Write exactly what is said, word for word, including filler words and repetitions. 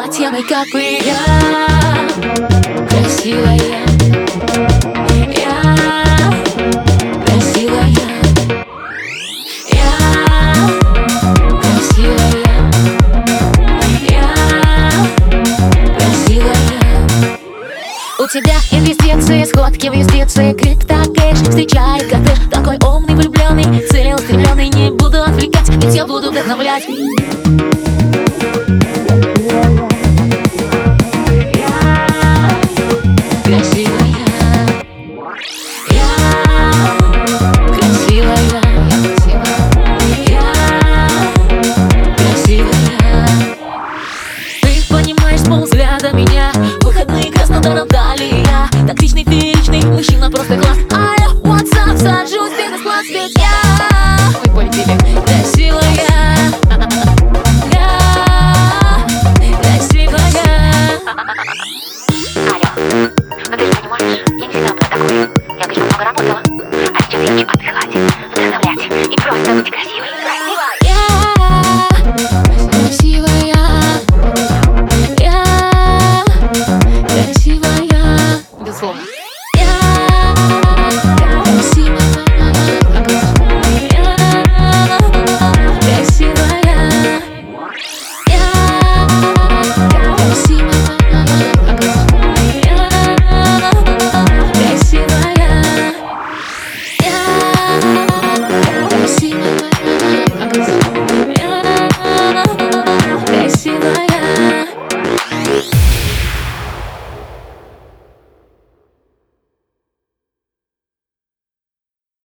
темой, как и я. Красивая, я красивая, я красивая, я красивая. У тебя инвестиции, сходки в юстиции, криптокэш встречает кортеж. Такой умный, влюбленный, целеустремленный. Не буду отвлекать, ведь я буду вдохновлять.